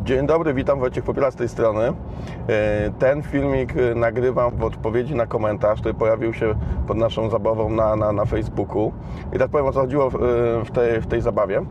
Dzień dobry, witam, Wojciech Popiela z tej strony. Ten filmik nagrywam w odpowiedzi na komentarz, który pojawił się pod naszą zabawą na Facebooku. I tak powiem, o co chodziło w tej zabawie.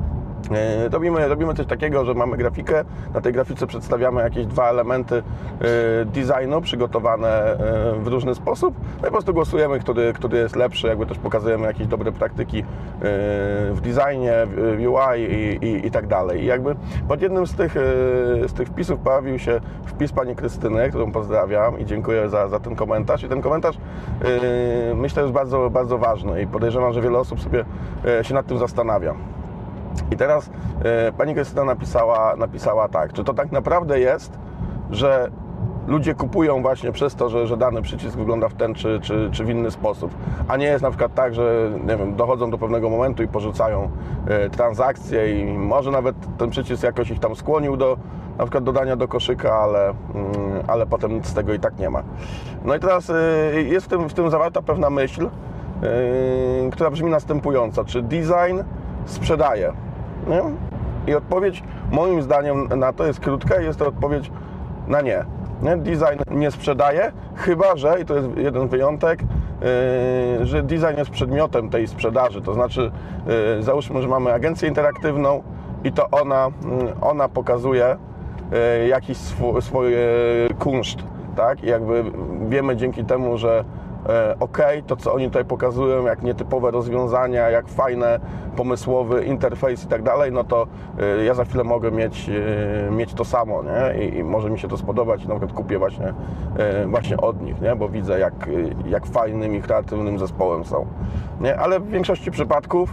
Robimy coś takiego, że mamy grafikę, na tej grafice przedstawiamy jakieś dwa elementy designu przygotowane w różny sposób, no i po prostu głosujemy, który jest lepszy, jakby też pokazujemy jakieś dobre praktyki w designie, w UI i tak dalej. I jakby pod jednym z tych wpisów pojawił się wpis pani Krystyny, którą pozdrawiam i dziękuję za ten komentarz. I ten komentarz myślę jest bardzo, bardzo ważny i podejrzewam, że wiele osób sobie się nad tym zastanawia. I teraz pani Krystyna napisała tak, czy to tak naprawdę jest, że ludzie kupują właśnie przez to, że dany przycisk wygląda w ten czy w inny sposób, a nie jest na przykład tak, że nie wiem, dochodzą do pewnego momentu i porzucają transakcje i może nawet ten przycisk jakoś ich tam skłonił do na przykład dodania do koszyka, ale potem nic z tego i tak nie ma. No i teraz jest w tym zawarta pewna myśl, która brzmi następująco, czy design sprzedaje? Nie? I odpowiedź moim zdaniem na to jest krótka i jest to odpowiedź na nie. Design nie sprzedaje, chyba że, i to jest jeden wyjątek, że design jest przedmiotem tej sprzedaży, to znaczy załóżmy, że mamy agencję interaktywną i to ona pokazuje jakiś swój kunszt, tak? I jakby wiemy dzięki temu, że to co oni tutaj pokazują, jak nietypowe rozwiązania, jak fajne, pomysłowy interfejs i tak dalej, no to ja za chwilę mogę mieć to samo, nie? I może mi się to spodobać i na przykład kupię właśnie od nich, nie? Bo widzę jak fajnym i kreatywnym zespołem są, nie? Ale w większości przypadków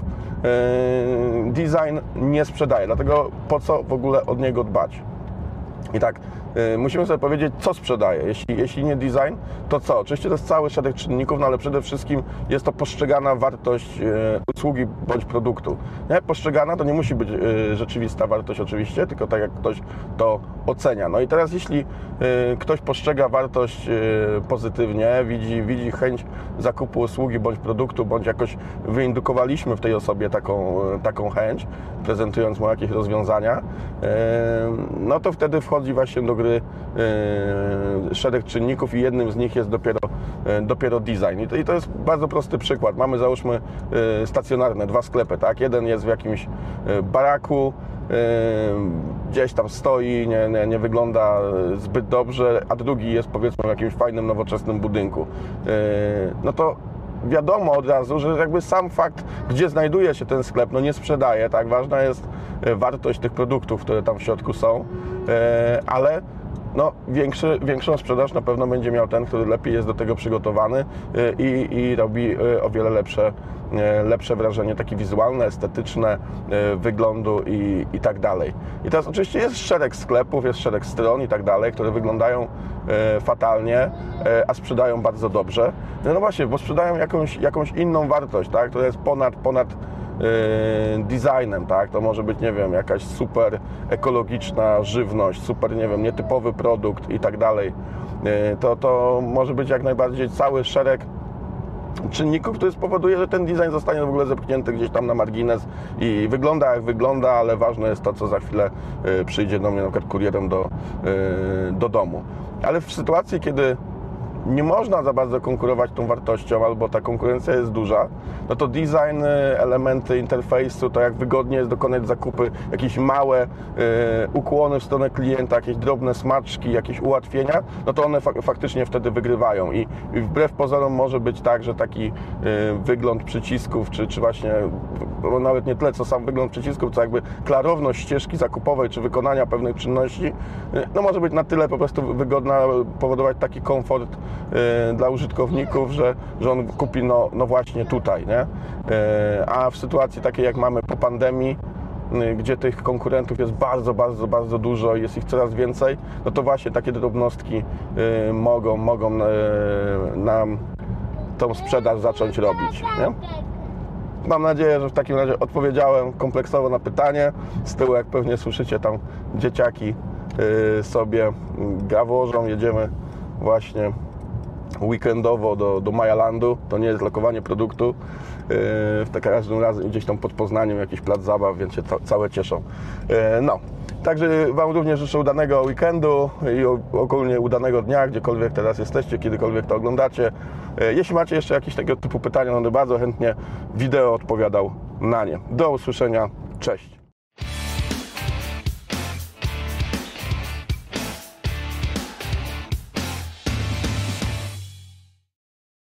design nie sprzedaje, dlatego po co w ogóle od niego dbać? I tak, musimy sobie powiedzieć, co sprzedaje. Jeśli nie design, to co? Oczywiście to jest cały szereg czynników, no ale przede wszystkim jest to postrzegana wartość usługi bądź produktu. Nie? Postrzegana to nie musi być rzeczywista wartość oczywiście, tylko tak jak ktoś to ocenia. No i teraz jeśli ktoś postrzega wartość pozytywnie, widzi chęć zakupu usługi bądź produktu, bądź jakoś wyindukowaliśmy w tej osobie taką chęć, prezentując mu jakieś rozwiązania, no to wtedy wchodzi właśnie do gry szereg czynników i jednym z nich jest dopiero design. I to jest bardzo prosty przykład. Mamy załóżmy stacjonarne dwa sklepy, tak? Jeden jest w jakimś baraku, gdzieś tam stoi, nie wygląda zbyt dobrze, a drugi jest powiedzmy w jakimś fajnym, nowoczesnym budynku. No to wiadomo od razu, że jakby sam fakt, gdzie znajduje się ten sklep, no nie sprzedaje, tak? Ważna jest wartość tych produktów, które tam w środku są, ale no, większą sprzedaż na pewno będzie miał ten, który lepiej jest do tego przygotowany i robi o wiele lepsze wrażenie, takie wizualne, estetyczne, wyglądu i tak dalej. I teraz oczywiście jest szereg sklepów, jest szereg stron i tak dalej, które wyglądają fatalnie, a sprzedają bardzo dobrze. No właśnie, bo sprzedają jakąś inną wartość, tak, która jest ponad designem, tak? To może być, nie wiem, jakaś super ekologiczna żywność, super, nie wiem, nietypowy produkt i tak dalej. To może być jak najbardziej cały szereg czynników, który spowoduje, że ten design zostanie w ogóle zepchnięty gdzieś tam na margines i wygląda jak wygląda, ale ważne jest to, co za chwilę przyjdzie do mnie na przykład kurierem do domu. Ale w sytuacji, kiedy nie można za bardzo konkurować tą wartością, albo ta konkurencja jest duża, no to design, elementy interfejsu, to jak wygodnie jest dokonać zakupy, jakieś małe ukłony w stronę klienta, jakieś drobne smaczki, jakieś ułatwienia, no to one faktycznie wtedy wygrywają i wbrew pozorom może być tak, że taki wygląd przycisków, czy właśnie nawet nie tyle co sam wygląd przycisków, co jakby klarowność ścieżki zakupowej, czy wykonania pewnych czynności, no może być na tyle po prostu wygodna, powodować taki komfort dla użytkowników, że on kupi no właśnie tutaj, nie? A w sytuacji takiej jak mamy po pandemii, gdzie tych konkurentów jest bardzo, bardzo, bardzo dużo i jest ich coraz więcej, no to właśnie takie drobnostki mogą nam tą sprzedaż zacząć robić, nie? Mam nadzieję, że w takim razie odpowiedziałem kompleksowo na pytanie. Z tyłu, jak pewnie słyszycie, tam dzieciaki sobie gaworzą. Jedziemy właśnie weekendowo do Majalandu. To nie jest lokowanie produktu. W każdym razie gdzieś tam pod Poznaniem jakiś plac zabaw, więc się całe cieszą. No, także Wam również życzę udanego weekendu i ogólnie udanego dnia, gdziekolwiek teraz jesteście, kiedykolwiek to oglądacie. Jeśli macie jeszcze jakieś tego typu pytania, to bardzo chętnie wideo odpowiadał na nie. Do usłyszenia, cześć!